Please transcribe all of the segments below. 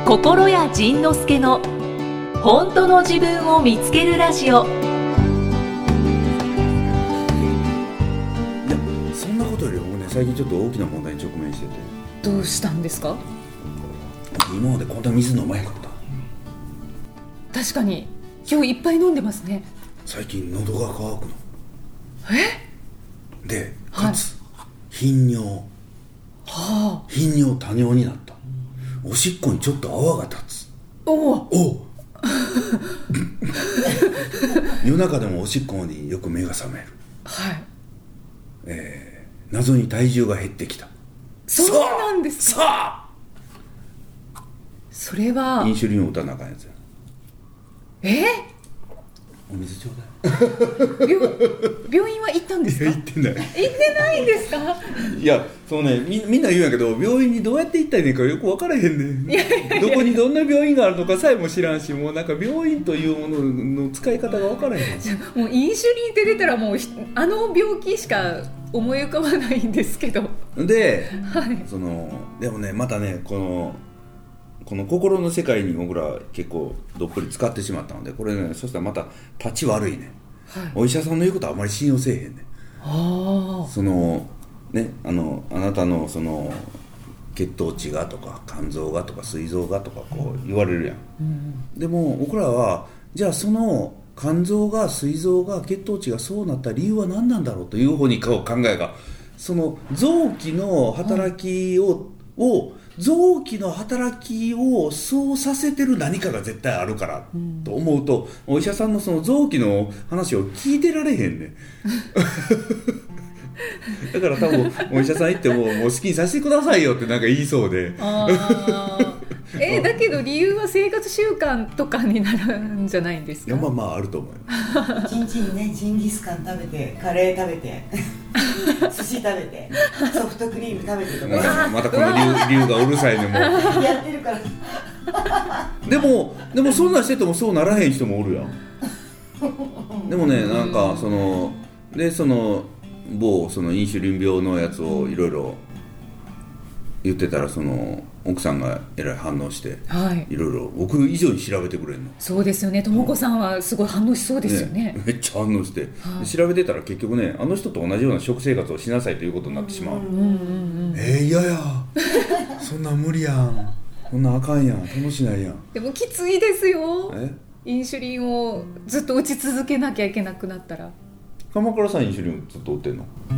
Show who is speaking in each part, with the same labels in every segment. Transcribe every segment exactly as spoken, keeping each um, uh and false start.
Speaker 1: 心谷仁之助の本当の自分を見つけるラジオ。
Speaker 2: いや、そんなことより僕ね、最近ちょっと大きな問題に直面してて。
Speaker 3: どうしたんですか？
Speaker 2: 今までこんな水飲まへんかった。
Speaker 3: 確かに今日いっぱい飲んでますね。
Speaker 2: 最近喉が渇くの。
Speaker 3: え
Speaker 2: で、かつ、はい、頻尿、は
Speaker 3: あ、
Speaker 2: 頻尿多尿になった。おしっこにちょっと泡が立つ。
Speaker 3: お
Speaker 2: お夜中でもおしっこによく目が覚める。
Speaker 3: はい、
Speaker 2: えー、謎に体重が減ってきた。
Speaker 3: そうなんですか？さあ、それは
Speaker 2: インシュリンを打たなあかんやつや。
Speaker 3: え
Speaker 2: お水ちょうだい。
Speaker 3: 病, 病院は行ったんですか？
Speaker 2: いや、行ってない。
Speaker 3: 行ってないんですか？
Speaker 2: いや、そうね、み, みんな言うんやけど、病院にどうやって行ったらいいのかよく分からへんねん。どこにどんな病院があるのかさえも知らんし、もうなんか病院というものの使い方が分からへん。
Speaker 3: じゃもうインシュリンって出たらもうあの病気しか思い浮かばないんですけど。
Speaker 2: で、
Speaker 3: はい、
Speaker 2: そのでもね、またね、このこの心の世界に僕ら結構どっぷり使ってしまったので、これね、そしたらまた立ち悪いね、はい、お医者さんの言うことはあまり信用せえへんね。
Speaker 3: あ
Speaker 2: そのね、あのあなたのその血糖値がとか肝臓がとか膵臓がとかこう言われるやん、うん、でも僕らはじゃあその肝臓が膵臓が血糖値がそうなった理由は何なんだろうという方に考えが、その臓器の働きを、うん、を臓器の働きをそうさせてる何かが絶対あるからと思うと、うん、お医者さんのその臓器の話を聞いてられへんねだから多分お医者さん行ってももう好きにさせてくださいよってなんか言いそうで。
Speaker 3: あえー、だけど理由は生活習慣とかになるんじゃないんですか？
Speaker 2: いや、まあまああると思います。
Speaker 4: 一日にね、ジンギスカン食べて、カレー食べて寿司食べて、ソフトクリーム食べてとか
Speaker 2: またこの理由がうるさいね。もう
Speaker 4: やってるから
Speaker 2: でもでもそんなんしててもそうならへん人もおるやん。でもね、なんかそのでその某そのインシュリン病のやつをいろいろ言ってたら、その奥さんがえらい反応して、はい、いろいろ僕以上に調べてくれるの。
Speaker 3: そうですよね、ともこさんはすごい反応しそうですよ ね,
Speaker 2: ねめっちゃ反応して、はい、調べてたら結局ね、あの人と同じような食生活をしなさいということになってしまう。うんうんうん、えー、嫌やそんなん無理やん、こんなんあかんやん、楽しないやん。
Speaker 3: でもきついですよ、えインシュリンをずっと打ち続けなきゃいけなくなったら。
Speaker 2: 鎌倉さんインシュリンずっと打ってんの？
Speaker 4: うん、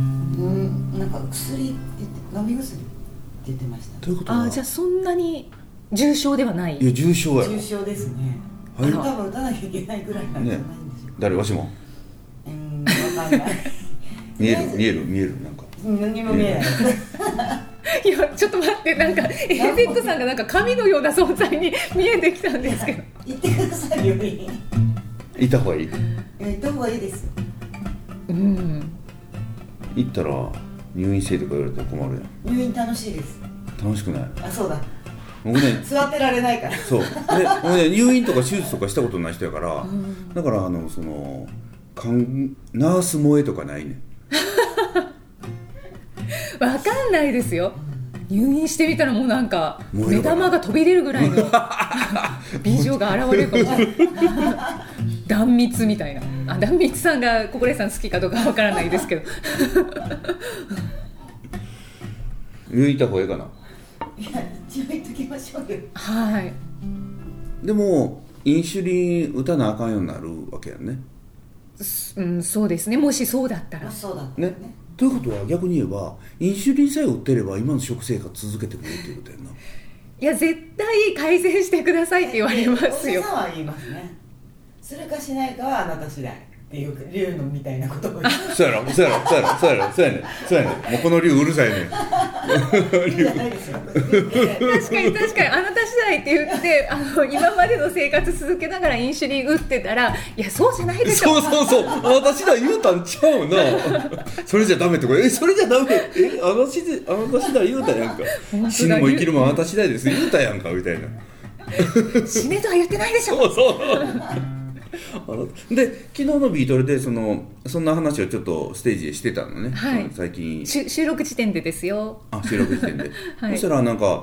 Speaker 4: なんか薬って言って、飲み薬って言ってました。
Speaker 2: ということは、
Speaker 3: あ、じゃあそんなに重症ではない？
Speaker 2: いや、重症やろ。
Speaker 4: 重症ですね。多分打たなきゃいけないぐらいなんじゃないんですよ、ね、
Speaker 2: 誰？わしも？
Speaker 4: うーん、わかんない
Speaker 2: 見える見える見える、なんか
Speaker 4: 何も見えない
Speaker 3: いや、ちょっと待って、なんかエーゼットさんがなんか神のような存在に見えてきたんですけど。
Speaker 4: 行ってくださいよ。
Speaker 2: いた方がいい？
Speaker 4: 行った方がいいですよ。
Speaker 3: うん、
Speaker 2: 行ったら入院せいとか言われたら困るやん。
Speaker 4: 入院楽しいです。
Speaker 2: 楽しくない？
Speaker 4: あ、そうだ、
Speaker 2: 僕ね
Speaker 4: 座ってられないから。
Speaker 2: そうで僕ね、入院とか手術とかしたことない人やから、うん、だからあのそのナース萌えとかないねん。
Speaker 3: わかんないですよ。入院してみたらもうなんか目玉が飛び出るぐらいの美女が現れるかもしれない断蜜みたいな。あ、断蜜さんが心得さん好きかどうかわからないですけど
Speaker 2: 入院行った方がいいかな。
Speaker 4: いや、一応言っときましょうよ。
Speaker 3: はい。
Speaker 2: でもインシュリン打たなあかんようになるわけやんね。
Speaker 3: うん、そうですね、もしそうだったら。
Speaker 4: そうだったね。
Speaker 2: ね、ということは逆に言えばインシュリンさえ打ってれば今の食生活続けてくれるっていうことやんな。
Speaker 3: いや、絶対改善してくださいって言われますよ。
Speaker 4: お医者さんは言いますね。するかしないかはあなた次第っていう竜のみたいなことを言う。
Speaker 2: そうやろそうやろそうやろそうやろそうやねんそうやねん、もうこの竜うるさいねん
Speaker 4: じゃないですよ。
Speaker 3: 確かに確かに、あなた次第って言ってあの今までの生活続けながらインシュリン打ってたら、いやそうじゃないでしょ。
Speaker 2: そうそうそう、あなた次第言うたんちゃうなそれじゃダメってこれ、えそれじゃダメ、えあなた次第、あなた次第言うたやんか死ぬも生きるもあなた次第です言うたやんかみたいな
Speaker 3: 死ねとは言ってないでしょ。
Speaker 2: そうそうあので昨日のビートルで そのそんな話をちょっとステージでしてたのね、
Speaker 3: はい、
Speaker 2: 最近
Speaker 3: 収録時点でですよ。
Speaker 2: あ収録時点で、
Speaker 3: はい、
Speaker 2: そしたらなんかあ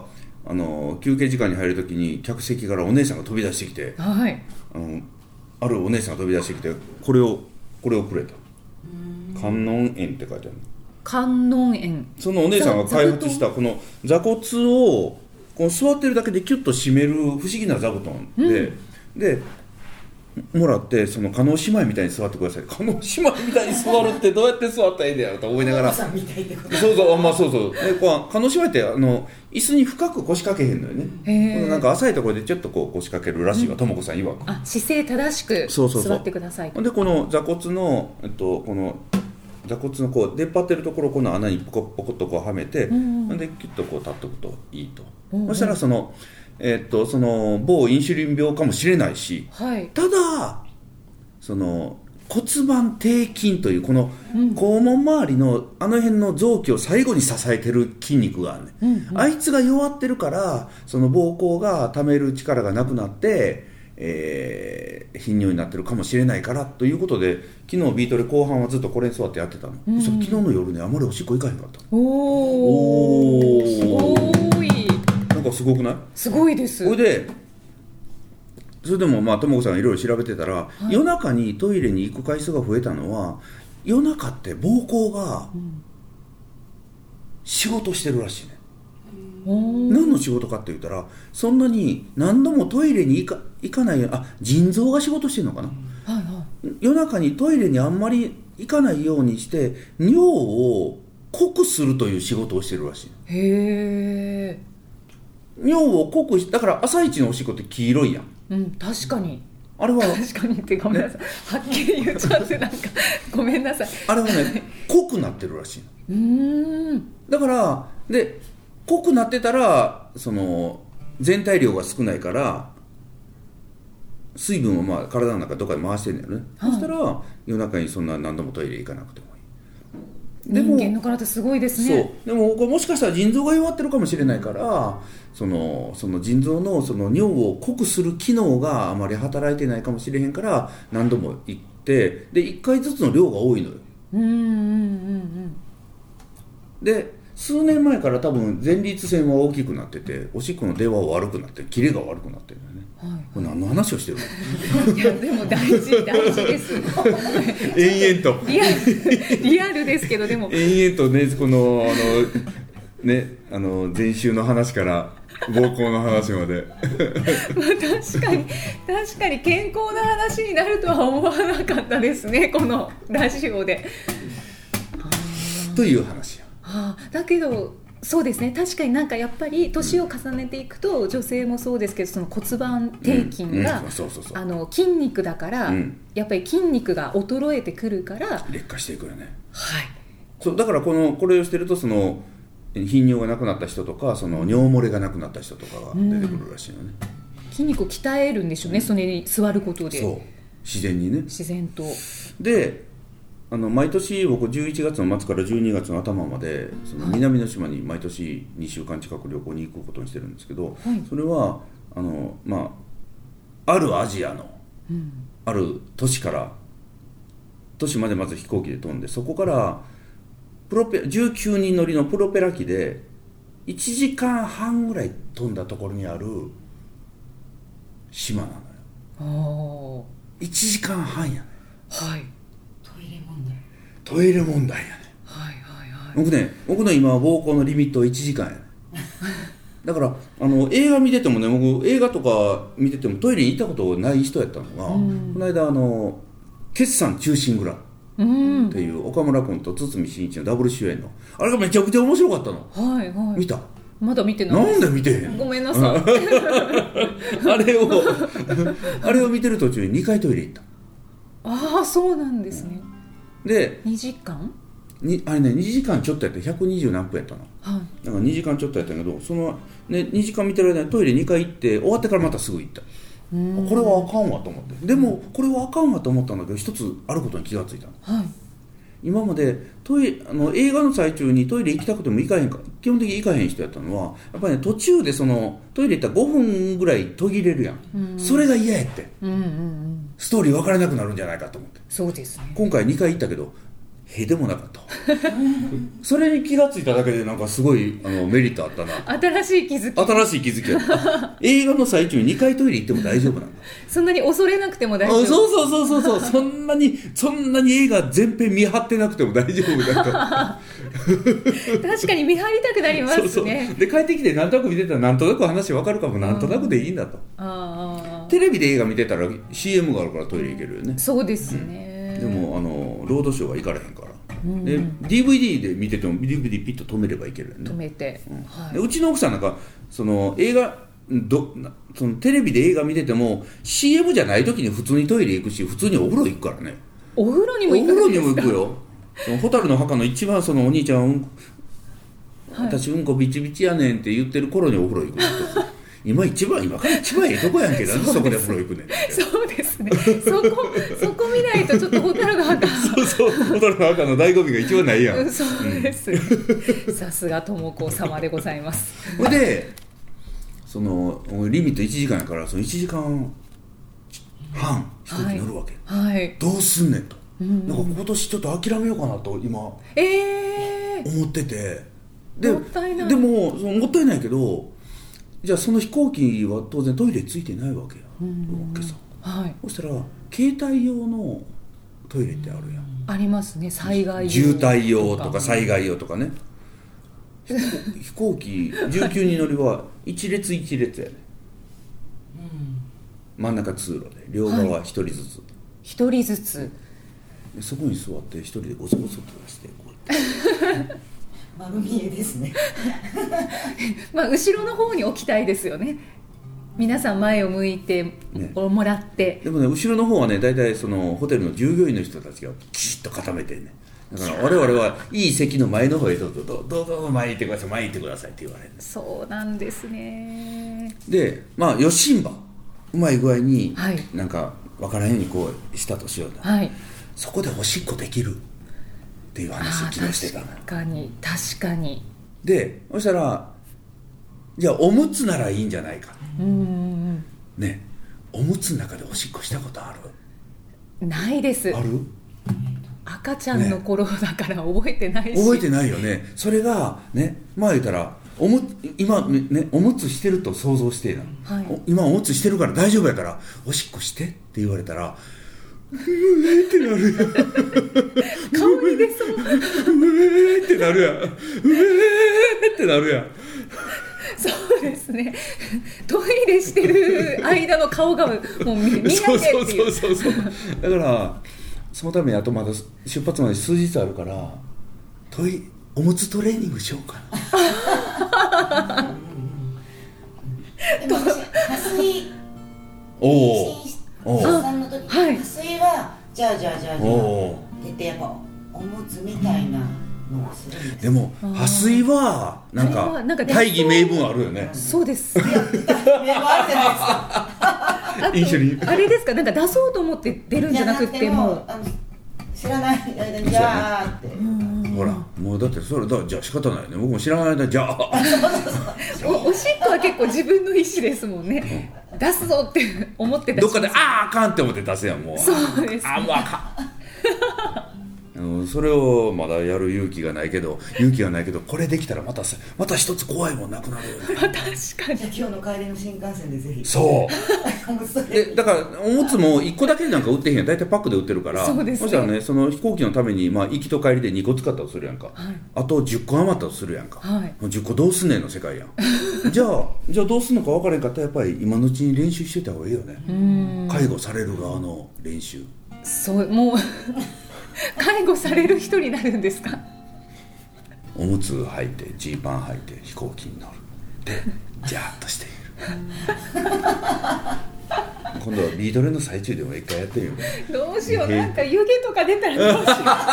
Speaker 2: あの休憩時間に入るときに客席からお姉さんが飛び出してきて、
Speaker 3: はい、
Speaker 2: あのあるお姉さんが飛び出してきてこれをこれをくれた。観音園って書いてある。観
Speaker 3: 音園。
Speaker 2: そのお姉さんが開発したこの座骨をこの座ってるだけでキュッと締める不思議な座布団で、うん、でもらってその加納姉妹みたいに座ってください。加納姉妹みたいに座るってどうやって座ったらいいんだよと思いながら。
Speaker 4: さんみたいってこと。
Speaker 2: そうそう、まあそうそう。でこう加納姉妹ってあの椅子に深く腰掛けへんのよね。このなんか浅いところでちょっとこう腰掛けるらしいわ。とも子さん曰く。
Speaker 3: あ、姿勢正しく座ってください。
Speaker 2: そうそうそう。でこの座骨のえっとこの座骨のこう出っ張ってるところをこの穴にポコポコっとこうはめて、うんうん、でキュッとこう立っとくといいと。うんうん、そしたらそのえー、っとその某インシュリン病かもしれないし、はい、ただその骨盤底筋というこの肛門周りのあの辺の臓器を最後に支えてる筋肉があるね、うんうん、あいつが弱ってるからその膀胱が溜める力がなくなって、えー、頻尿になってるかもしれないからということで昨日ビートで後半はずっとこれに座ってやってたの、うんうん、そ昨日の夜ねあまりおしっこいかへんかった。
Speaker 3: おー、すごい。
Speaker 2: なんかすごくない？
Speaker 3: すごいです。
Speaker 2: これでそれでもまあとも子さんがいろいろ調べてたら、はい、夜中にトイレに行く回数が増えたのは夜中って膀胱が仕事してるらしいね、うん、何の仕事かって言ったらそんなに何度もトイレに行か、行かないあ腎臓が仕事してるのかな、はいはい、夜中にトイレにあんまり行かないようにして尿を濃くするという仕事をしてるらしい。
Speaker 3: へー。
Speaker 2: 尿を濃くしだから朝一のおしっこって黄色いやん。
Speaker 3: うん、確かに
Speaker 2: あれは
Speaker 3: 確かにってごめんなさい、ね、はっきり言っちゃってなんかごめんなさい。
Speaker 2: あれはね濃くなってるらしいの。うーんだからで濃くなってたらその全体量が少ないから水分をまあ体の中どっかで回してるんだよね、はい、そしたら夜中にそんな何度もトイレ行かなくてもいい。
Speaker 3: でも人間の体すごいですね。
Speaker 2: そうでもこれもしかしたら腎臓が弱ってるかもしれないからそのその腎臓のその尿を濃くする機能があまり働いてないかもしれへんから何度も行ってでいっかいずつの量が多いのよ。うんうんうんうんで数年前から多分前立腺は大きくなってておしっこの出は悪くなってキレが悪くなってるんだよね、はい、これ何の話をしてる
Speaker 3: の？いやでも大事大事です
Speaker 2: 延々と
Speaker 3: リアルリアルですけどでも
Speaker 2: 延々とねこのあのねあの前週の話から膀胱の話まで
Speaker 3: まあ確かに確かに健康な話になるとは思わなかったですねこのラジオで
Speaker 2: という話や。
Speaker 3: はあ、だけどそうですね確かになんかやっぱり年を重ねていくと、うん、女性もそうですけどその骨盤底筋が筋肉だから、うん、やっぱり筋肉が衰えてくるから
Speaker 2: 劣化していくよね。
Speaker 3: はい。
Speaker 2: そうだからこのこれをしてるとその頻尿がなくなった人とかその尿漏れがなくなった人とかが出てくるらしいのね、
Speaker 3: うん、筋肉を鍛えるんでしょうね、うん、それに座ることで。
Speaker 2: そう自然にね
Speaker 3: 自然と
Speaker 2: であの毎年僕じゅういちがつの末からじゅうにがつの頭までその南の島に毎年にしゅうかん近く旅行に行くことにしてるんですけど、はい、それはあの、まあ、あるアジアの、うん、ある都市から都市までまず飛行機で飛んでそこからプロペじゅうきゅうにん乗りのプロペラ機でいちじかんはんぐらい飛んだところにある島なのよ。いちじかんはんやね。
Speaker 3: はい。
Speaker 2: トイレ問題やね、
Speaker 3: はいはいはい、
Speaker 2: 僕ね僕の今膀胱のリミットはいちじかんやねだからあの映画見ててもね僕映画とか見ててもトイレに行ったことない人やったのが、うん、この間あの決算忠臣蔵っていう岡村君と堤真一のダブル主演のあれがめちゃくちゃ面白かったの、はいはい、見た？
Speaker 3: まだ見てない。
Speaker 2: なんで見てへんの？
Speaker 3: ごめんなさい
Speaker 2: あれをあれを見てる途中ににかいトイレ行った。
Speaker 3: ああそうなんですね、うん、でにじかん
Speaker 2: にあれねにじかんちょっとやってひゃくにじゅうなんぷんやったの、はい、だからにじかんちょっとやったけどその、ね、にじかん見てる間にトイレにかい行って終わってからまたすぐ行った。これはあかんわと思ってでもこれはあかんわと思ったんだけど一つあることに気がついたの、はい、今までトイあの映画の最中にトイレ行きたくても行かへんか基本的に行かへん人やったのはやっぱり、ね、途中でそのトイレ行ったらごふんぐらい途切れるやん、ん、それが嫌やって、うんうんうん、ストーリー分からなくなるんじゃないかと思って。
Speaker 3: そうですね。
Speaker 2: 今回にかい行ったけどへでもなかったそれに気がついただけでなんかすごいあのメリットあったな。
Speaker 3: 新しい気づき。
Speaker 2: 新しい気づきやった映画の最中ににかいトイレ行っても大丈夫なんだ
Speaker 3: そんなに恐れなくても大丈夫。
Speaker 2: そうそうそうそうそうそんなにそんなに映画全編見張ってなくても大丈夫だと
Speaker 3: 確かに見張りたくなりますね。
Speaker 2: そうそうで帰ってきてなんとなく見てたらなんとなく話分かるかもなんとなくでいいんだと。
Speaker 3: あ
Speaker 2: テレビで映画見てたら シーエム があるからトイレ行けるよね。
Speaker 3: そうですね、
Speaker 2: うん、でもあのロードショーは行かれへんから、うん、で ディーブイディー で見てても ディーブイディー ピッと止めればいけるよね。
Speaker 3: 止めて、
Speaker 2: うん
Speaker 3: はい、
Speaker 2: でうちの奥さんなんかその映画どそのテレビで映画見てても シーエム じゃない時に普通にトイレ行くし普通にお風呂行くからね。
Speaker 3: お風呂にも行くんですか。
Speaker 2: お風呂にも行くよ。その蛍の墓の一番そのお兄ちゃん、うん、はい、私うんこビチビチやねんって言ってる頃にお風呂行くんです今一番今から一番ええとこやんけどなんでそこでお風呂行くねんって。
Speaker 3: そうですねそこそこ見ないとちょっと蛍の墓
Speaker 2: そうそう蛍の墓の醍醐味が一番ないやん、
Speaker 3: うん、そうです、うん、さすが智子様でございます
Speaker 2: それでそのリミットいちじかんやからそのいちじかんはん飛行機乗るわけ、
Speaker 3: はいはい、
Speaker 2: どうすんねんと、うんうん、なんか今年ちょっと諦めようかなと今、
Speaker 3: えー、
Speaker 2: 思っててで
Speaker 3: もったいない。
Speaker 2: でもそのもったいないけどじゃあその飛行機は当然トイレついてないわけや、うんわけさ、はい、そしたら携帯用のトイレってあるやん。
Speaker 3: ありますね。災害用
Speaker 2: 渋滞用とか災害用とかね飛行機じゅうきゅうにん乗りは一列一列やね、うん、真ん中通路で両側一人ずつ
Speaker 3: 一、はい、人ずつ
Speaker 2: でそこに座って一人でゴソゴソと出してこうやって
Speaker 4: 丸見えですね
Speaker 3: まあ後ろの方に置きたいですよね。皆さん前を向いてもらって、ね、
Speaker 2: でもね後ろの方はね大体そのホテルの従業員の人たちがきちっと固めてね。だから我々はいい席の前の方へどうぞどうぞどうぞ前に行ってください前に行ってくださいって言われる。
Speaker 3: そうなんですね。
Speaker 2: でまあよしんばうまい具合に、はい、なんか分からへんようにこうしたとしようと、はい、そこでおしっこできるっていう話を昨日してたの。
Speaker 3: 確かに確かに。
Speaker 2: でそしたらじゃあおむつならいいんじゃないか。
Speaker 3: うんうん
Speaker 2: ねおむつの中でおしっこしたことある？
Speaker 3: ないです。
Speaker 2: ある？
Speaker 3: 赤ちゃんの頃だから覚えてないし、
Speaker 2: ね、覚えてないよね。それがねまあ言ったらおむ今ねおむつしてると想像してな、はい、今おむつしてるから大丈夫やからおしっこしてって言われたらうえーってなるやん
Speaker 3: 顔に出そうう
Speaker 2: えーってなるやんうえーってなるやん
Speaker 3: そうですね。トイレしてる間の顔がもう見ないでっていう
Speaker 2: そうそうそうそうそうだからそのためにあとまだ出発まで数日あるからトイおむつトレーニングしようかな
Speaker 4: でも私破水
Speaker 2: おお
Speaker 4: さんの時に破水はじゃあじゃあじゃあじゃあって言ってやっぱおむつみたいなのをするんです。
Speaker 2: でも破水はなんか大義名分あるよね。
Speaker 3: そうです
Speaker 4: 名分あるじゃないですか
Speaker 2: 一緒に
Speaker 3: あれですかなんか出そうと思って出るんじゃなくても
Speaker 4: あの知らない間にじゃあって
Speaker 2: ほらもうだってそれだじゃあ仕方ないよね。僕も知らない間じゃあ
Speaker 3: お, おしっこは結構自分の意思ですもんね、うん、出すぞって思って出します。
Speaker 2: どっかであああかんって思って出すやんもう。
Speaker 3: そうです、ね、
Speaker 2: あもうあかんそれをまだやる勇気がないけど勇気がないけどこれできたらまたまた一つ怖いもんなくなるよね。
Speaker 3: まあ、確かに。
Speaker 4: じゃあ今日の帰りの新幹線でぜひ
Speaker 2: そうでだからおむつもいっこだけなんか売ってへんやん。大体パックで売ってるから
Speaker 3: そうです、ね、
Speaker 2: そしたらねその飛行機のために、まあ、行きと帰りでにこ使ったとするやんか、はい、あとじゅっこ余ったとするやんか、はい、じゅっこどうすんねんの世界やんじゃあじゃあどうすんのか分からへんかったらやっぱり今のうちに練習してた方がいいよね。うん介護される側の練習。
Speaker 3: そうもう介護される人になるんですか。
Speaker 2: おむつ履いてジーパン履いて飛行機に乗るでジャーッとしている今度はビートレの最中でも一回やってみよう。
Speaker 3: どうしようなんか湯気とか出たらどうしよ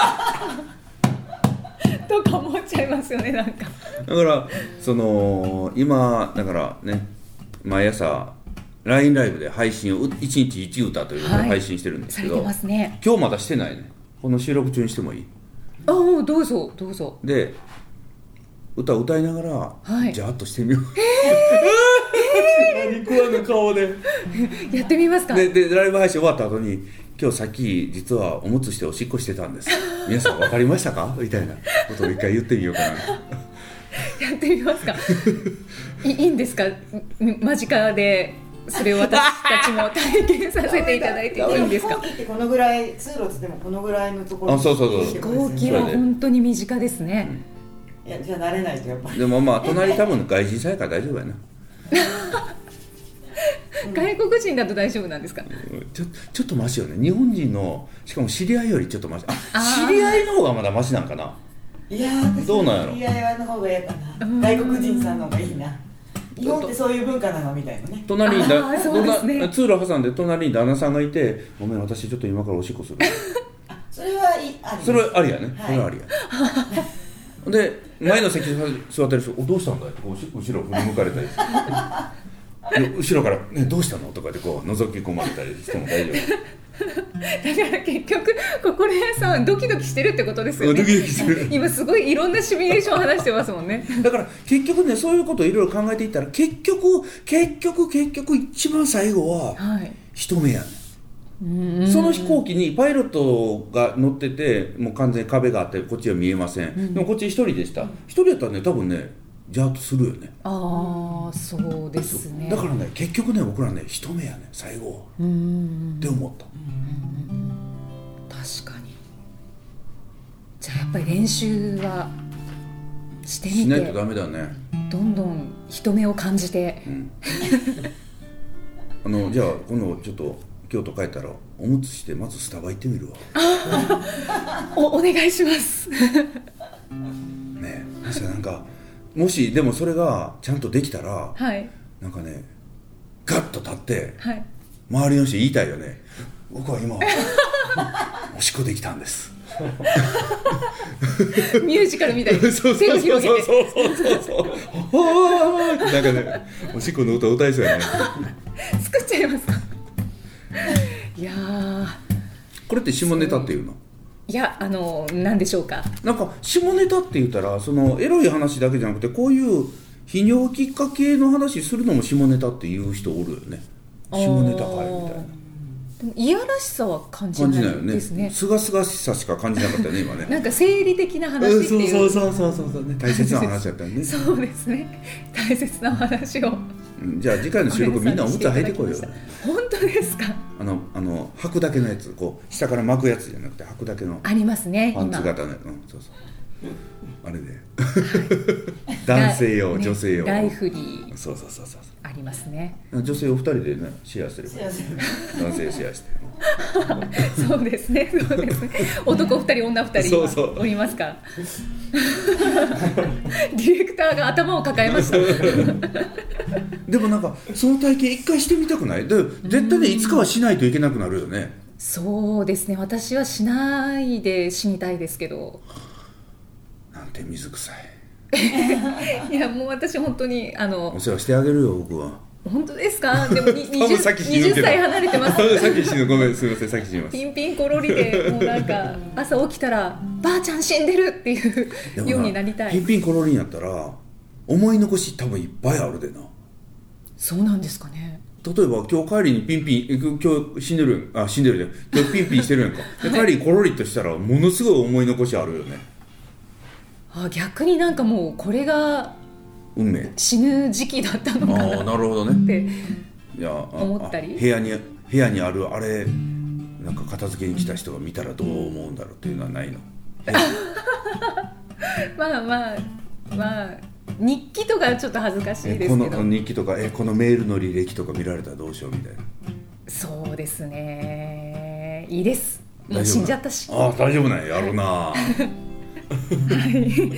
Speaker 3: うとか思っちゃいますよね。なんか
Speaker 2: だからその今だからね毎朝 ライン ライブで配信をいちにちいち歌というのを配信してるんですけど、
Speaker 3: はい、されてますね。
Speaker 2: 今日まだしてないね。この収録中にしてもいい？
Speaker 3: ああどうぞどうぞ。
Speaker 2: で歌を歌いながら、はい、ジャーッとしてみよう。えー、何食わぬ顔で
Speaker 3: やってみますか。
Speaker 2: ででライブ配信終わった後に今日さっき実はおむつしておしっこしてたんです皆さん分かりましたかみたいなことを一回言ってみようかな
Speaker 3: やってみますかい, いいんですか間近でそれを私たちも体験させていただいていいんですか。
Speaker 4: 飛行機ってこのぐらい通路つってもこのぐらいのところに
Speaker 2: あそうそうそう
Speaker 3: 飛行機は本当に身近ですね、
Speaker 4: うん、いやじゃあ慣れないとやっぱり
Speaker 2: でもまあ隣多分外人さんやから大丈夫やな
Speaker 3: 外国人だと大丈夫なんですか。
Speaker 2: ちょ, ちょっとマシよね日本人のしかも知り合いよりちょっとマシあ
Speaker 3: あ
Speaker 2: 知り合いの方がまだマシなんかな。
Speaker 4: いやー
Speaker 2: どうなんやろ
Speaker 4: 知り合いの方が嫌かな外国人さんの方がいいな日本ってそういう文化なのみたいなね
Speaker 2: 隣にだ
Speaker 3: あそうですね
Speaker 2: 通路挟んで隣に旦那さんがいてごめん私ちょっと今からおしっこする
Speaker 4: あそれはいいあり
Speaker 2: それはありやね、
Speaker 4: はい、
Speaker 2: それはありやで前の席に座ってる人おどうしたんだいって後ろ振り向かれたり後ろから、ね、どうしたのとかでこう覗き込まれたりしても大丈夫
Speaker 3: だから結局心屋さんはドキドキしてるってことですよね。
Speaker 2: ドキドキしてる
Speaker 3: 今すごいいろんなシミュレーションを話してますもんね
Speaker 2: だから結局ねそういうことをいろいろ考えていったら結局結局結局一番最後は
Speaker 3: はい
Speaker 2: 人目やね、
Speaker 3: うん
Speaker 2: その飛行機にパイロットが乗っててもう完全に壁があってこっちは見えません、うん、でもこっち一人でした一人やったらね多分ねジャーッとするよね。
Speaker 3: ああそうですね。
Speaker 2: だからね結局ね僕らね一目やね最後
Speaker 3: うん
Speaker 2: って思った。
Speaker 3: 確かに。じゃあやっぱり練習はしてみて
Speaker 2: しないとダメだね。
Speaker 3: どんどん人目を感じて、
Speaker 2: うん、あのじゃあ今度ちょっと京都帰ったらおむつしてまずスタバ行ってみるわ
Speaker 3: お, お願いしますね
Speaker 2: えそしたらなんかもしでもそれがちゃんとできたら、
Speaker 3: はい、
Speaker 2: なんかねガッと立って、
Speaker 3: はい、
Speaker 2: 周りの人言いたいよね僕は今おしっこできたんです
Speaker 3: ミュージカルみたいに手を広げて
Speaker 2: そうそうそうそうそうなんかねおしっこの歌歌いそうやね
Speaker 3: 作っちゃいますかいやー
Speaker 2: これって下ネタっていうの
Speaker 3: いやあの何でしょうか
Speaker 2: なんか下ネタって言ったらそのエロい話だけじゃなくてこういう泌尿器科系の話するのも下ネタっていう人おるよね下ネタかいみたいな
Speaker 3: でもいやらしさは感じないですね
Speaker 2: すがすがしさしか感じなかったよね今ね
Speaker 3: なんか生理的な話っていう、
Speaker 2: うん、そうそうそうそうそう、ね、大切な話だったよね
Speaker 3: そうですね大切な話を
Speaker 2: じゃあ次回の収録みんなおむつ履いてこいよ
Speaker 3: 本当ですか
Speaker 2: あのあの履くだけのやつこう下から巻くやつじゃなくて履くだけの
Speaker 3: ありますね
Speaker 2: パンツ型のやつ、うん、そうそうあれで、はい、男性用、ね、女性用
Speaker 3: ライフリー
Speaker 2: そうそうそうそう
Speaker 3: ありますね
Speaker 2: 女性をふたりでねシェアすれば男性シェアして
Speaker 3: そうですねそうですね男ふたり女ふたり
Speaker 2: そうそう
Speaker 3: おりますからディレクターが頭を抱えました
Speaker 2: でもなんかその体験一回してみたくない？で絶対ねいつかはしないといけなくなるよね。
Speaker 3: そうですね私はしないで死にたいですけど
Speaker 2: なんて水臭い
Speaker 3: いやもう私本当にあの
Speaker 2: お世話してあげるよ僕は。
Speaker 3: 本当ですか？でも 20,
Speaker 2: にじゅっさい
Speaker 3: 離れてます
Speaker 2: さっき死ぬごめんすみませんさっき死にます
Speaker 3: ピンピンコロリでもうなんか朝起きたらばあちゃん死んでるっていうようになりたい。
Speaker 2: ピンピンコロリンやったら思い残し多分いっぱいあるでな。
Speaker 3: そうなんですかね。
Speaker 2: 例えば今日帰りにピンピン今日死んでるあ死んでるじゃん今日ピンピンしてるやんかで帰りにコロリとしたらものすごい思い残しあるよね。
Speaker 3: あ逆になんかもうこれが
Speaker 2: 運命
Speaker 3: 死ぬ時期だったのかな
Speaker 2: あなるほどね
Speaker 3: って
Speaker 2: いや
Speaker 3: 思ったり
Speaker 2: 部屋に部屋にあるあれなんか片付けに来た人が見たらどう思うんだろうっていうのはないの
Speaker 3: まあまあまあ日記とかちょっと恥ずかしいですけど
Speaker 2: この日記とかえこのメールの履歴とか見られたらどうしようみたいな。
Speaker 3: そうですねいいですもう死んじゃったし
Speaker 2: あ大丈夫なんやろうな
Speaker 3: はい、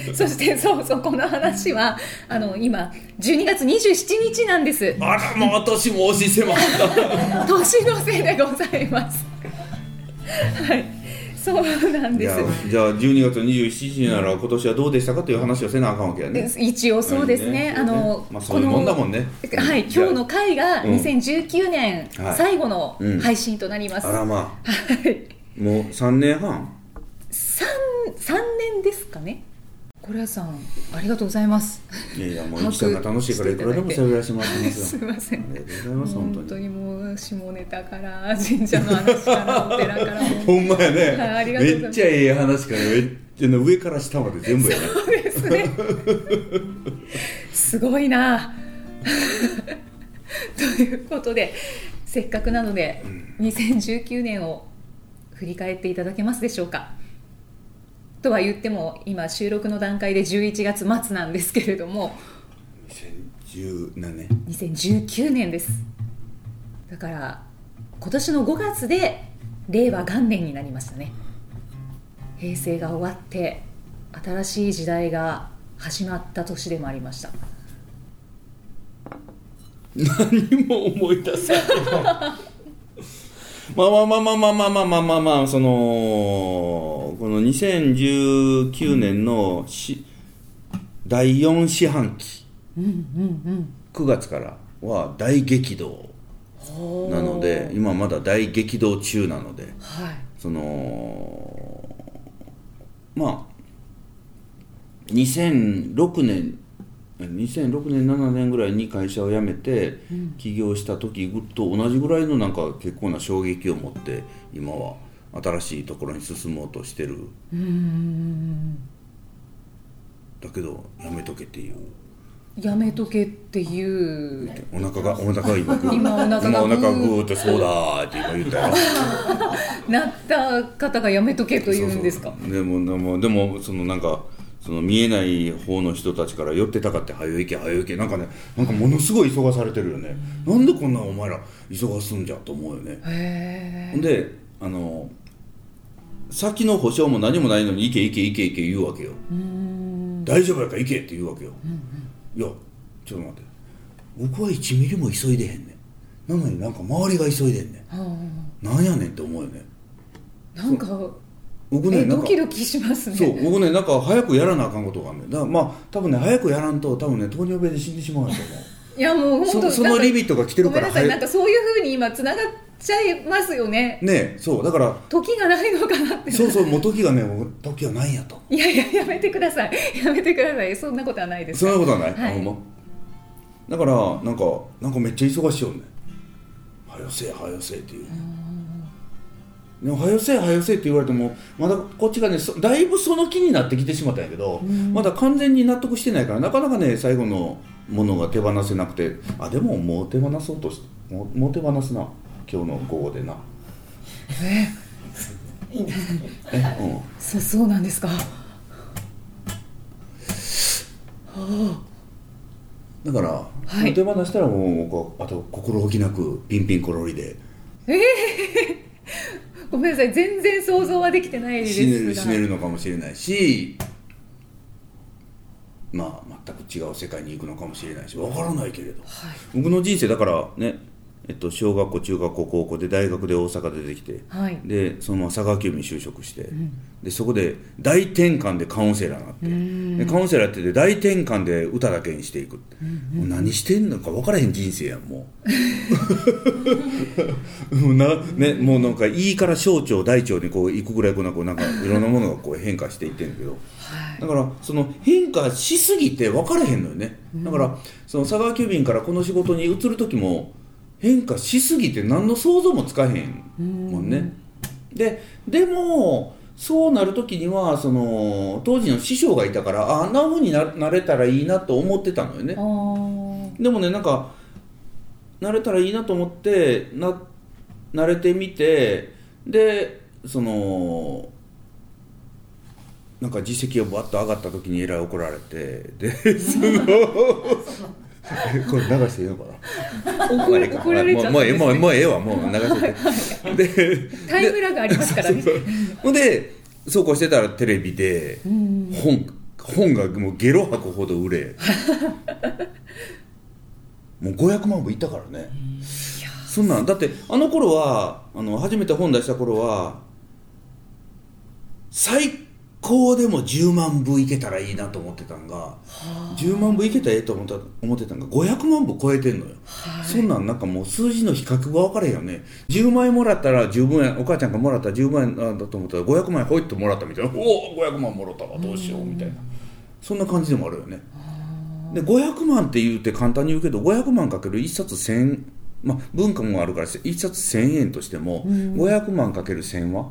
Speaker 3: そしてそうそうこの話はあの今じゅうにがつにじゅうしちにちなんです。
Speaker 2: あらもう年も押し迫った
Speaker 3: 年のせいでございますはいそうなんです。
Speaker 2: じゃあじゅうにがつにじゅうしちにちなら今年はどうでしたかという話をせなあかんわけやね。
Speaker 3: 一応そうですね、あの、
Speaker 2: まあ、そういうもんだもんね。
Speaker 3: はい、今日の回がにせんじゅうきゅうねん最後の配信となります、
Speaker 2: うんうん、あらまあ、
Speaker 3: はい、
Speaker 2: もうさんねんはん
Speaker 3: 3, さんねんですかね。 心屋さんありがとうございます。
Speaker 2: いやいやもうゆきさんが楽しいからいくらでも喋らせてもらってますよ
Speaker 3: すいません、
Speaker 2: ありがとうございます。本当に
Speaker 3: 本当にもう下ネタから神社の話からお寺からも
Speaker 2: ほんまやね、
Speaker 3: はい、ありがとうございます。
Speaker 2: めっちゃええ話からめっちゃ上から下まで全部やね。
Speaker 3: そうですねすごいなということでせっかくなのでにせんじゅうきゅうねんを振り返っていただけますでしょうか。とは言っても今収録の段階でじゅういちがつ末なんですけれども
Speaker 2: にせんじゅうななねん
Speaker 3: にせんじゅうきゅうねんです。だから今年のごがつで令和元年になりましたね。平成が終わって新しい時代が始まった年でもありました。
Speaker 2: 何も思い出せないまあまあまあまあまあまあまあまあまあまあそのこのにせんじゅうきゅうねんのしだいよん四半期、
Speaker 3: うんうんうん、
Speaker 2: くがつからは大激動なので今まだ大激動中なので、
Speaker 3: はい、
Speaker 2: そのまあにせんろくねんにせんろくねんななねんぐらいに会社を辞めて起業した時と同じぐらいのなんか結構な衝撃を持って今は新しいところに進もうとしてる。
Speaker 3: うーん
Speaker 2: だけどやめとけっていう
Speaker 3: やめとけっていう
Speaker 2: お腹がお腹が今グー
Speaker 3: 今お腹が
Speaker 2: 今お腹グーってそうだーって今言ったよ
Speaker 3: なった方がやめとけと言うんですか。
Speaker 2: そうそうでもでもでもそのなんかその見えない方の人たちから寄ってたかって早行け早行けなんかねなんかものすごい急がされてるよね、うん、なんでこんなお前ら急がすんじゃと思うよね。
Speaker 3: へ
Speaker 2: ほんであの先の保証も何もないのに行け行け行け行け言うわけよ。うーん大丈夫やから行けって言うわけよ、うんうん、いやちょっと待って僕はいちミリも急いでへんねんなのになんか周りが急いでんねん、はあ、なんやねんって思うよね。
Speaker 3: なんか
Speaker 2: 僕ね、
Speaker 3: えドキドキしますね。
Speaker 2: そう僕ねなんか早くやらなあかんことがあるねんだからまあ多分ね早くやらんと多分ね糖尿病で死んでしまうんだと思う
Speaker 3: いやもう本当
Speaker 2: そ, そのリミットが来てるから。
Speaker 3: ごめんなさいなんかそういう風に今つながっちゃいますよね。
Speaker 2: ねそうだから
Speaker 3: 時がないのかなって
Speaker 2: そうそうもう時がねもう時はないんやと。
Speaker 3: いやいややめてくださいやめてくださいそんなことはないです。
Speaker 2: そんなことはない、
Speaker 3: はい、
Speaker 2: ほんまだからなんかなんかめっちゃ忙しいよね。はよせえはよせえっていう。でもはよせえはよせえって言われてもまだこっちがねだいぶその気になってきてしまったんやけど、まだ完全に納得してないからなかなかね最後のものが手放せなくてあでももう手放そうとしてもう、もう手放すな今日の午後でな
Speaker 3: えいいんですかえ、うん、そ, そうなんですか。は
Speaker 2: あだから、はい、手放したらもうあと心置きなくピンピンコロリで
Speaker 3: えーごめんなさい全然想像はできてないですが
Speaker 2: 死ねる、死ねるのかもしれないしまあ全く違う世界に行くのかもしれないし分からないけれど、はい、僕の人生だからね、えっと、小学校中学校高校で大学で大阪で出てきて、はい、でそのまま佐川急便に就職して、うん、でそこで大転換でカウンセラーになって、うん、でカウンセラーってで大転換で歌だけにしていく、うんうん、もう何してんのか分からへん人生やんもうもうな、ね、もうなんかいいから小腸大腸にこう行くぐらいこうなんかなんかいろんなものがこう変化していってんだけど、はい、だからその変化しすぎて分からへんのよね。だからその佐川急便からこの仕事に移る時も変化しすぎて何の想像もつかへんもんね。で、でもそうなる時にはその当時の師匠がいたから あ, あんな風に な, なれたらいいなと思ってたのよね。でもねなんかなれたらいいなと思ってな慣れてみてでそのなんか実績がバッと上がった時にえらい怒られてですごいこれ流していいのかな
Speaker 3: 怒, 怒られちゃったんですね。
Speaker 2: もうもうもうええわもう流しててで
Speaker 3: タイムラグありますからね。
Speaker 2: ほんでそうこうしてたらテレビで本本がもうゲロ吐くほど売れもうごひゃくまんぶいったからね。そんなんだってあの頃はあの初めて本出した頃は最高でもじゅうまんぶいけたらいいなと思ってたんが、はあ、じゅうまんぶいけたらええと思った思ってたんがごひゃくまんぶ超えてんのよ、はい、そんなんなんかもう数字の比較が分かれへんよね。じゅうまんえんもらったらじゅうまんえんお母ちゃんがもらったらじゅうまんえんだと思ったらごひゃくまんえんほいっともらったみたいなおおごひゃくまんもらったわどうしようみたいなそんな感じでもあるよね。でごひゃくまんって言うて簡単に言うけどごひゃくまんかけるいっさつせん、まあ、文化もあるからいっさつせんえんとしても、うん、ごひゃくまんかけるせんは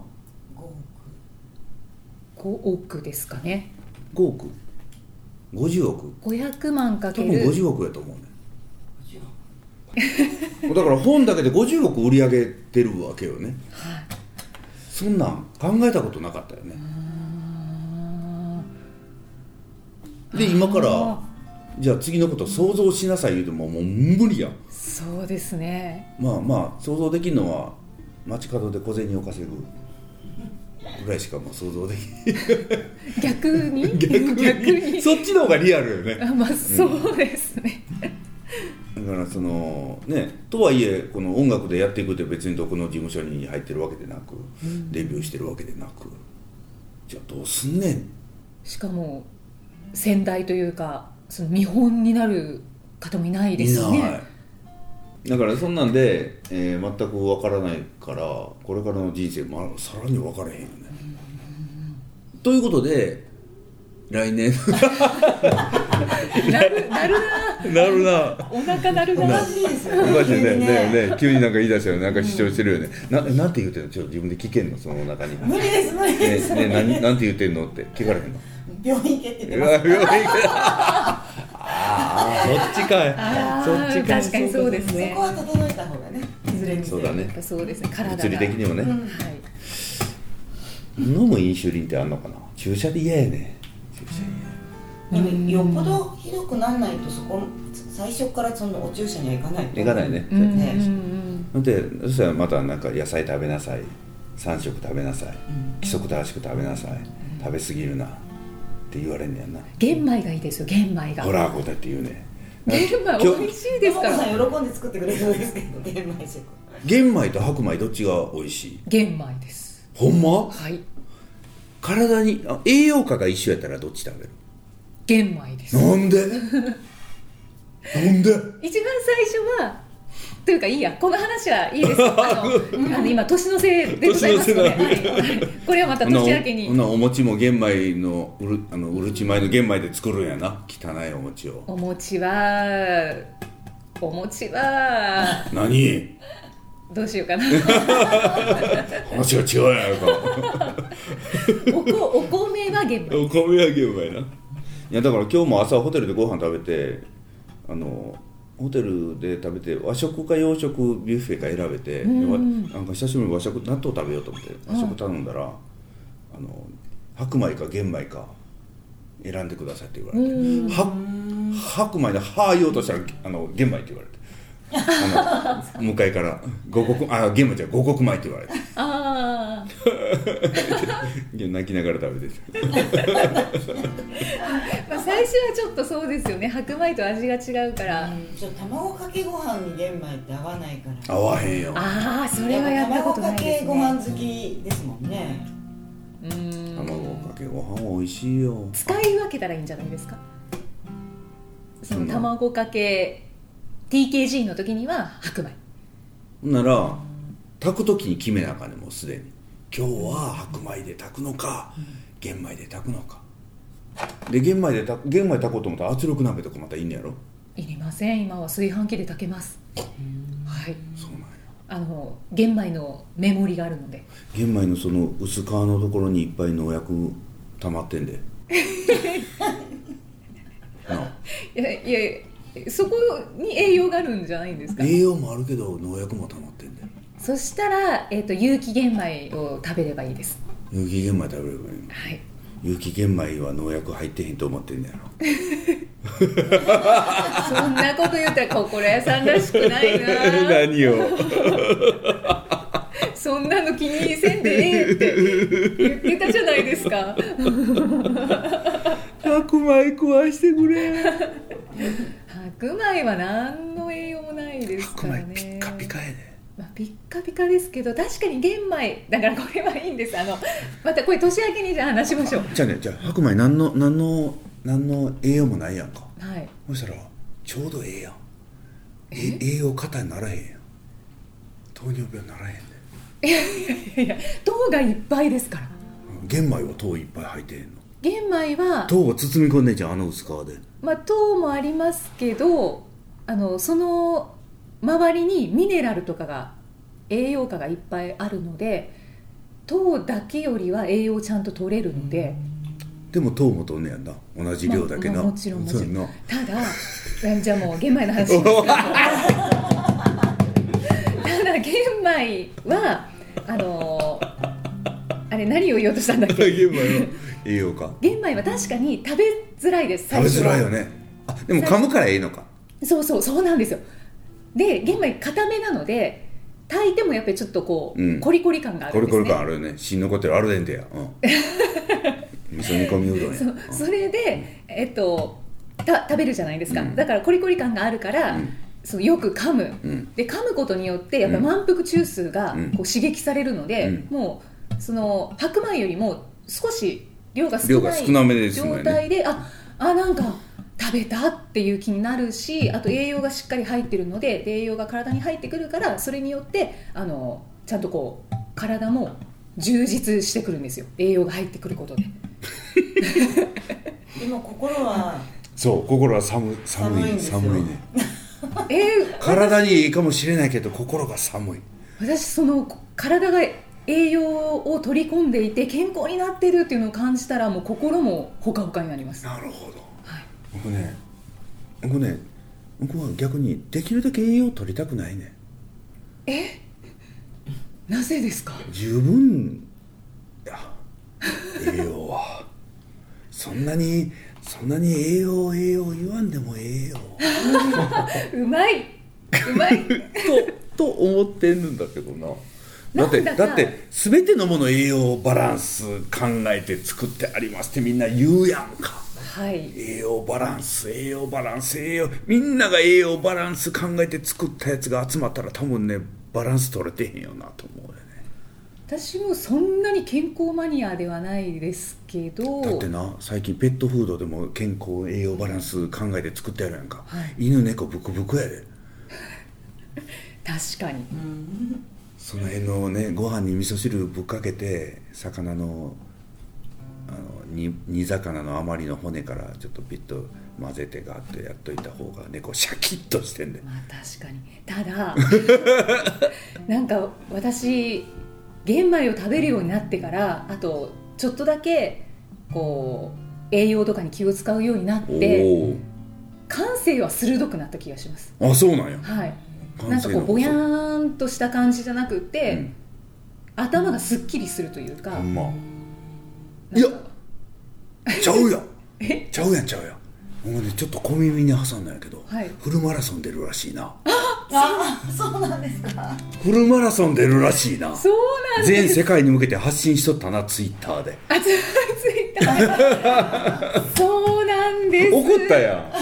Speaker 3: ごおくですかね。
Speaker 2: ごおくごじゅうおく
Speaker 3: ごひゃくまんかける
Speaker 2: 多分ごじゅうおくやと思うねだから本だけでごじゅうおく売り上げてるわけよね、はい、そんなん考えたことなかったよね。で今からじゃあ次のこと想像しなさい言うてももう無理やん。
Speaker 3: そうですね。
Speaker 2: まあまあ想像できるのは街角で小銭を稼ぐぐらいしかもう想像できない
Speaker 3: 逆に
Speaker 2: 逆に逆にそっちの方がリアルよね。
Speaker 3: あ、まあそうですね、
Speaker 2: うん、だからそのねとはいえこの音楽でやっていくって別にどこの事務所に入ってるわけでなく、うん、デビューしてるわけでなく、じゃあどうすんねん。
Speaker 3: しかも先代というかその見本になる方もいないですよね。
Speaker 2: だからそんなんで、えー、全く分からないからこれからの人生もさらに分からへんよね。ということで来年
Speaker 3: なるなるな
Speaker 2: なるな
Speaker 3: お腹なるなお
Speaker 4: かしいですよね。
Speaker 2: おかしいねねね急になんか言い出したよ。なんか主張してるよね、うん、な, なんて言うてんのちょっと自分で聞けんのその中に。
Speaker 4: 無理です無理です、
Speaker 2: ねね、な, なんて言ってんのって聞かれへんの。
Speaker 4: 病院行けって言ってます。
Speaker 2: 病院行けあそっちかい。そっちかい。
Speaker 3: 確かにそうですね。
Speaker 4: そこは整えた方がね、いずれにせよ。
Speaker 2: そうだね。
Speaker 3: そうですね。体が
Speaker 2: 物理的にもね、
Speaker 3: うんはい、
Speaker 2: 飲むインシュリンってあんのかな。注射で嫌やね。注射
Speaker 4: 嫌。でもよっぽどひどくならないとそこ最初からそのお注射には行かないと。
Speaker 2: 行かないね。
Speaker 3: うんねうん、
Speaker 2: でそしたらまたなんか野菜食べなさい、さん食食べなさい、規則正しく食べなさい、食べ過ぎるなって言われんねやな。
Speaker 3: 玄米がいいですよ。玄米が。
Speaker 2: ほらこうだって言うね。
Speaker 3: 玄米美味しいですから。
Speaker 4: さん喜んで作ってくれるんですけど玄米食。
Speaker 2: 玄米と白米どっちが美味しい？
Speaker 3: 玄米です。
Speaker 2: ほんま？
Speaker 3: はい。
Speaker 2: 体に栄養価が一緒やったらどっち食べる？
Speaker 3: 玄米です。
Speaker 2: なんで？なんで？
Speaker 3: 一番最初はというかいいやこの話はいいですよ。あのあの今年のせいでございますので、はい、これはまた年明けに。
Speaker 2: お餅も玄米のうるあのうるち米の玄米で作るんやな。汚いお餅を。
Speaker 3: お餅はお餅は
Speaker 2: 何？
Speaker 3: どうしようかな。
Speaker 2: 話が違うやんか。
Speaker 3: お, こお米は玄米。
Speaker 2: お米は玄米な。いやだから今日も朝ホテルでご飯食べてあのホテルで食べて和食か洋食ビュッフェか選べて、うん、なんか久しぶりに和食納豆食べようと思って和食頼んだら、うん、あの白米か玄米か選んでくださいって言われて、うん、は白米ではー言おうとしたらあの玄米って言われてあの向かいから五穀あ玄米じゃ五穀米って言われて
Speaker 3: あ
Speaker 2: 泣きながら食べて
Speaker 3: まあ最初はちょっとそうですよね。白米と味が違うから、うん、
Speaker 4: ちょっと卵かけご飯に玄米って合わないから
Speaker 2: 合わへんよ。
Speaker 3: ああそれはやったことないですね。
Speaker 4: 卵かけご飯好きですもんね。
Speaker 3: うーん
Speaker 2: 卵かけご飯美味しいよ。
Speaker 3: 使い分けたらいいんじゃないですか。その卵かけ ティーケージー の時には白米
Speaker 2: なら炊く時に決めなあかんね。もうすでに今日は白米で炊くのか、うん、玄米で炊くのかで玄米でた玄米炊こうと思ったら圧力鍋とかまたいいんやろ。
Speaker 3: いりません。今は炊飯器で炊けます。はい
Speaker 2: そうなんや。
Speaker 3: あの玄米のメモリがあるので。
Speaker 2: 玄米のその薄皮のところにいっぱい農薬溜まってんで
Speaker 3: いやいやそこに栄養があるんじゃないんですか。
Speaker 2: 栄養もあるけど農薬も溜まってんで。
Speaker 3: そしたら、えーと、有機玄米を食べればいいです。
Speaker 2: 有機玄米食べればいいの。
Speaker 3: はい。
Speaker 2: 有機玄米は農薬入ってへんと思ってんだよ
Speaker 3: そんなこと言ったら心屋さんらしくないな
Speaker 2: 何を
Speaker 3: そんなの気にせんでええって言ってたじゃないですか
Speaker 2: 白米食わしてくれ
Speaker 3: 白米は何の栄養もないですからね。
Speaker 2: 白米ピッカピカやで。
Speaker 3: まあ、ピッカピカですけど確かに玄米だからこれはいいんです。あのまたこれ年明けにじゃあ話しましょう。
Speaker 2: じゃあねじゃあ白米何の何の何の栄養もないやんか。
Speaker 3: はい。
Speaker 2: そしたらちょうどええやん。え栄養過多にならへんやん。糖尿病にならへんね。
Speaker 3: いやいやいや糖がいっぱいですから。
Speaker 2: 玄米は糖いっぱい入ってへんの。
Speaker 3: 玄米は
Speaker 2: 糖を包み込んでんじゃん、あの薄皮で。
Speaker 3: まあ、糖もありますけど、あのその周りにミネラルとかが栄養価がいっぱいあるので、糖だけよりは栄養ちゃんと取れるので。
Speaker 2: でも糖も取んねやんな、同じ量だけな、
Speaker 3: まあまあ、もちろんもちろん。
Speaker 2: な
Speaker 3: ただじゃあもう玄米の話しますけどただ玄米はあのあれ何を言おうとしたんだっけ
Speaker 2: 玄米の栄養価。
Speaker 3: 玄米は確かに食べづらいです。
Speaker 2: 食べづらいよね。あ、でも噛むからいいのか。
Speaker 3: そうそうそうなんですよ。で玄米固めなので炊いてもやっぱりちょっとこう、うん、コリコリ感があるんですね。
Speaker 2: コリコリ感あるよね。芯残ってるアルデンテや、うん、味噌煮込みうどんや。
Speaker 3: そ, それで、えっと、た食べるじゃないですか、うん、だからコリコリ感があるから、うん、そのよく噛む、うん、で噛むことによってやっぱ満腹中枢がこう刺激されるので、うん、もうその白米よりも少し量が少ない状態で、ああなんか食べたっていう気になるし、あと栄養がしっかり入ってるので、栄養が体に入ってくるから、それによってあのちゃんとこう体も充実してくるんですよ、栄養が入ってくることで
Speaker 4: でも心は
Speaker 2: そう心は寒い寒い寒いね
Speaker 3: えー、
Speaker 2: 体にいいかもしれないけど心が寒い。
Speaker 3: 私その体が栄養を取り込んでいて健康になってるっていうのを感じたら、もう心もほかほかになります。
Speaker 2: なるほど、はい、僕ね僕ね僕は逆にできるだけ栄養を取りたくないね。
Speaker 3: えなぜですか。
Speaker 2: 十分や栄養はそんなにそんなに栄養栄養言わんでもええよ
Speaker 3: うまいうまい
Speaker 2: と, と思ってるんだけどな。だってだって全てのもの栄養バランス考えて作ってありますってみんな言うやんか。
Speaker 3: はい、
Speaker 2: 栄養バランス栄養バランス栄養、みんなが栄養バランス考えて作ったやつが集まったら多分ねバランス取れてへんよなと思うよね。
Speaker 3: 私もそんなに健康マニアではないですけど、
Speaker 2: だってな最近ペットフードでも健康栄養バランス考えて作ってやるやんか、
Speaker 3: はい、
Speaker 2: 犬猫ブクブクやで
Speaker 3: 確かに、うん、
Speaker 2: その辺のねご飯に味噌汁ぶっかけて魚のあの 煮, 煮魚の余りの骨からちょっとピッと混ぜてガーッとやっといた方が猫シャキッとしてんで、
Speaker 3: まあ、確かに。ただなんか私玄米を食べるようになってから、あとちょっとだけこう栄養とかに気を使うようになって感性は鋭くなった気がします。
Speaker 2: あ、そうなんや。
Speaker 3: はい、なんかこうぼやーんとした感じじゃなくて、うん、頭がすっきりするというか、
Speaker 2: ほんまいやちゃうやんちゃうやんちゃうやん。もうねちょっと小耳に挟んだんやけど、はい、フルマラソン出るらしいな。
Speaker 4: ああ、そうなんですか。
Speaker 2: フルマラソン出るらしいな。
Speaker 3: そうなんです。
Speaker 2: 全世界に向けて発信しとったな、ツイッターで。
Speaker 3: あ、ツイッターそうなんです。
Speaker 2: 怒ったやん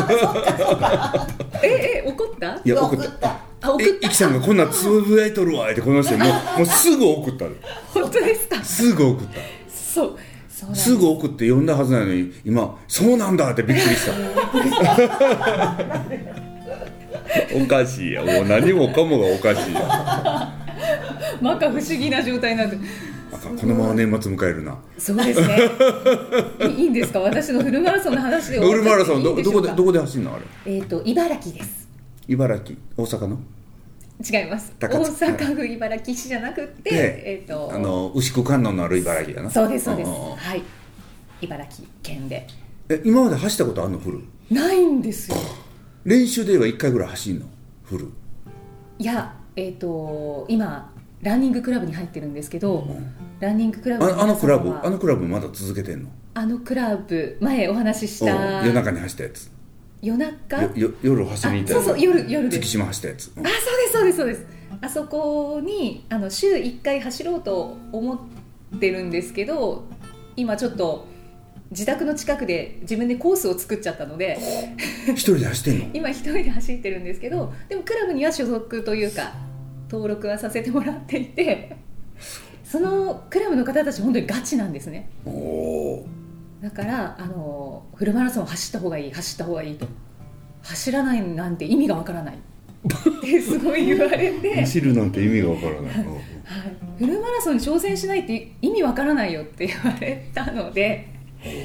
Speaker 3: え、え、怒った？
Speaker 2: いや、怒った。
Speaker 3: あ、送った。
Speaker 2: え、イキさんがこんなつぶやいとるわってこの人もう、もうすぐ送ったの。
Speaker 3: 本当ですか？
Speaker 2: すぐ送った。
Speaker 3: そう。そう
Speaker 2: すぐ送って読んだはずなのに今そうなんだってびっくりしたおかしいや、もう何もかもがおかしいや
Speaker 3: まか不思議な状態になって、
Speaker 2: このまま年末迎えるな。
Speaker 3: そうですねいいんですか、私のフルマラソンの話で。
Speaker 2: フルマラソン ど, どこでどこで走るのあれ。
Speaker 3: えっ、ー、と茨城です。
Speaker 2: 茨城、大阪の？
Speaker 3: 違います。大阪府茨城市じゃなくて、えー、と
Speaker 2: あの牛久観音のある茨城やな。
Speaker 3: そうですそうです。はい、茨城県で。
Speaker 2: え、今まで走ったことあんのフル？
Speaker 3: ないんですよ。
Speaker 2: 練習ではいっかいぐらい走んのフル？
Speaker 3: いや、えっ、ー、と今ランニングクラブに入ってるんですけど、うん、ランニングクラブの
Speaker 2: あのクラブあのクラブまだ続けてんの？あの
Speaker 3: クラブ前お話しした
Speaker 2: 夜中に走ったやつ。
Speaker 3: 夜中
Speaker 2: よよ夜走りに行ったやつ。
Speaker 3: そうそう、夜夜です。
Speaker 2: 月島走ったやつ、
Speaker 3: うん、あ、そうですそうですそうです。あそこにあの週いっかい走ろうと思ってるんですけど、今ちょっと自宅の近くで自分でコースを作っちゃったので
Speaker 2: 一人で走ってんの？
Speaker 3: 今一人で走ってるんですけど、でもクラブには所属というか登録はさせてもらっていて、そのクラブの方たち本当にガチなんですね。
Speaker 2: お
Speaker 3: だからあのフルマラソン走った方がいい走った方がいいと、走らないなんて意味がわからないってすごい言われて
Speaker 2: 走るなんて意味がわからない、はい、
Speaker 3: フルマラソンに挑戦しないって意味わからないよって言われたので、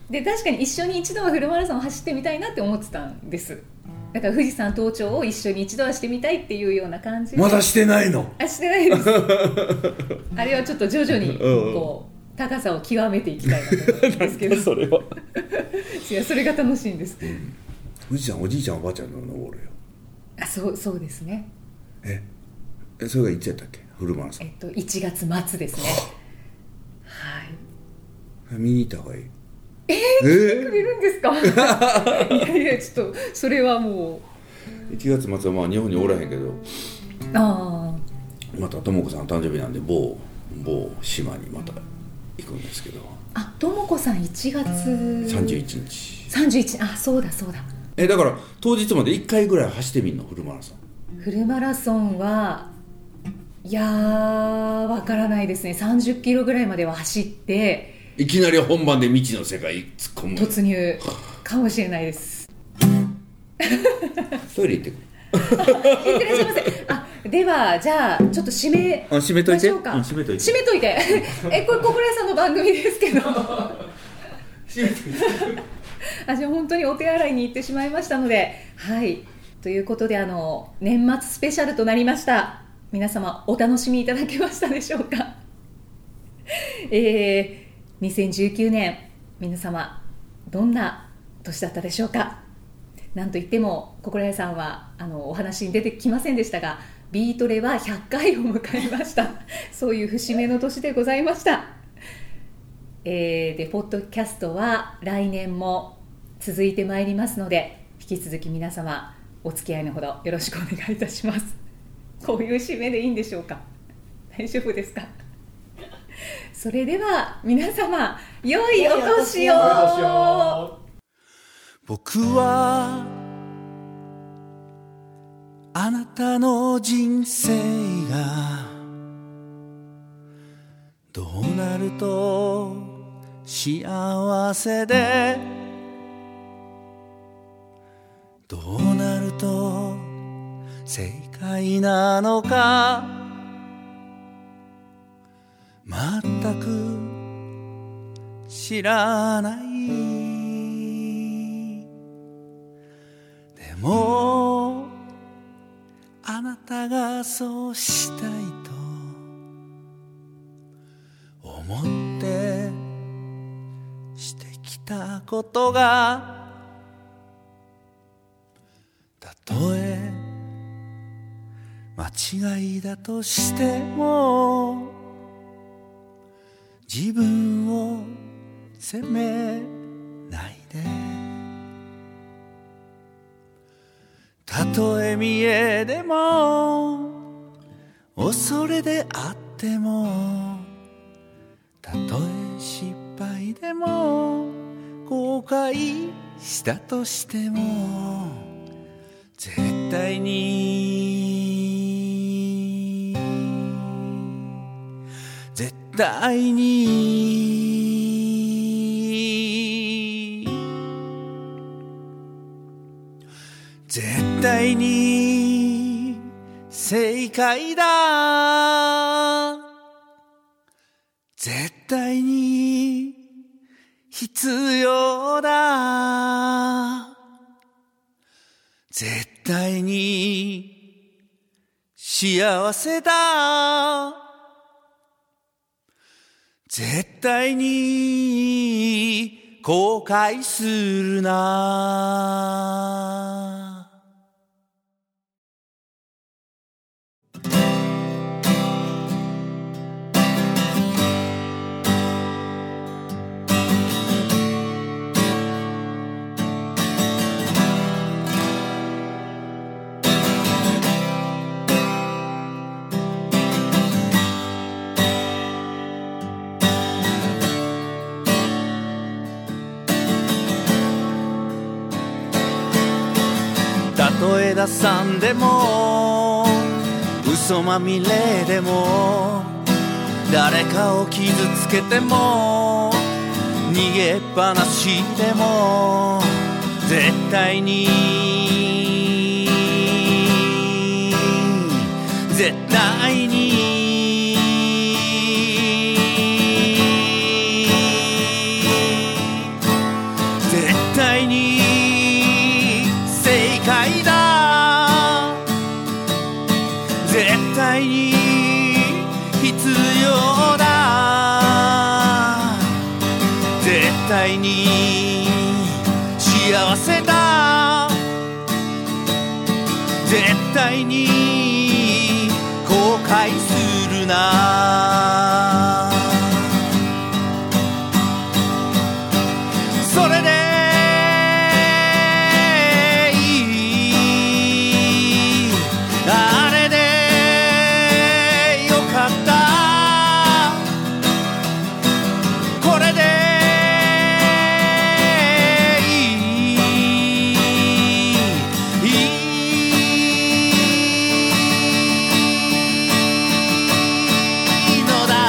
Speaker 3: で確かに一緒に一度はフルマラソンを走ってみたいなって思ってたんです。だから富士山登頂を一緒に一度はしてみたいっていうような感じで。
Speaker 2: まだしてないの？
Speaker 3: あ、してないですあれはちょっと徐々にこう高さを極めていきたいなと思うんですけど
Speaker 2: それは。
Speaker 3: いや、それが楽しいんです、うん、
Speaker 2: 富士山おじいちゃんおばあちゃんの登るよ。
Speaker 3: あ、そう、そうですね。
Speaker 2: ええ、それがいつやったっけ、フルマラソン？
Speaker 3: えっといちがつまつですねはい。
Speaker 2: 見に行った方がいい。
Speaker 3: えー、来てくれるんですかいやいや、ちょっとそれはも
Speaker 2: ういちがつまつはまあ日本におらへんけど、
Speaker 3: あ
Speaker 2: またとも子さんの誕生日なんで某某島にまた行くんですけど。
Speaker 3: あ、とも子さんいちがつ
Speaker 2: さんじゅういちにち。
Speaker 3: さんじゅういち、あ、そうだそうだ。
Speaker 2: え、だから当日までいっかいぐらい走ってみんの、フルマラソン？
Speaker 3: フルマラソンはいやー、わからないですね。さんじゅっキロぐらいまでは走って
Speaker 2: いきなり本番で未知の世界突っ込む
Speaker 3: 突入かもしれないです
Speaker 2: トイレ行ってくる
Speaker 3: いってらっしゃいませ。あ、ではじゃあちょっと締め
Speaker 2: あ締めといて、
Speaker 3: ましょうか。
Speaker 2: うん、締めといて
Speaker 3: 締めといてえ、これ小倉さんの番組ですけど
Speaker 2: 締めといて
Speaker 3: あ、じゃあ本当にお手洗いに行ってしまいましたので、はい、ということで、あの年末スペシャルとなりました。皆様お楽しみいただけましたでしょうかえーにせんじゅうきゅうねん、皆様どんな年だったでしょうか。なんといっても心屋さんはあのお話に出てきませんでしたが、ビートレはひゃっかいを迎えましたそういう節目の年でございました、えー、でポッドキャストは来年も続いてまいりますので、引き続き皆様お付き合いのほどよろしくお願いいたします。こういう締めでいいんでしょうか。大丈夫ですか。それでは皆様良いお年を。
Speaker 5: 僕はあなたの人生がどうなると幸せで、どうなると正解なのか全く知らない。でもあなたがそうしたいと思ってしてきたことが、たとえ間違いだとしても自分を責めないで。たとえ見えでも恐れであっても、たとえ失敗でも後悔したとしても、絶対に絶対に絶対に正解だ。絶対に必要だ。絶対に幸せだ。絶対に後悔するな。たとえ打算でも嘘まみれでも、誰かを傷つけても逃げっぱなしでも、絶対に絶対に対に正解だ、絶対に必要だ、絶対に幸せだ、絶対に後悔するな。それでいい、あれでよかった、これでいい、いいのだ。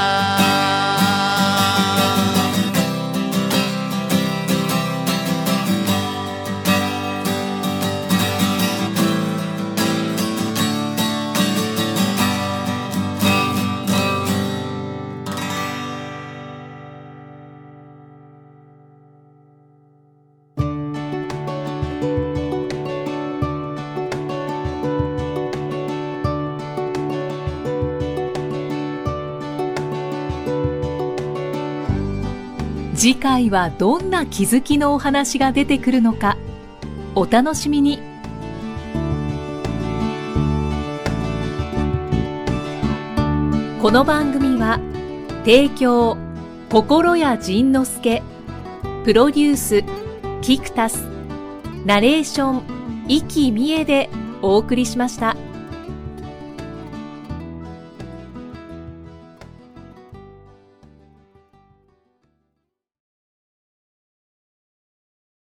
Speaker 1: 次回はどんな気づきのお話が出てくるのか、お楽しみに。この番組は提供心谷仁之助、プロデュースキクタス、ナレーション生きみえでお送りしました。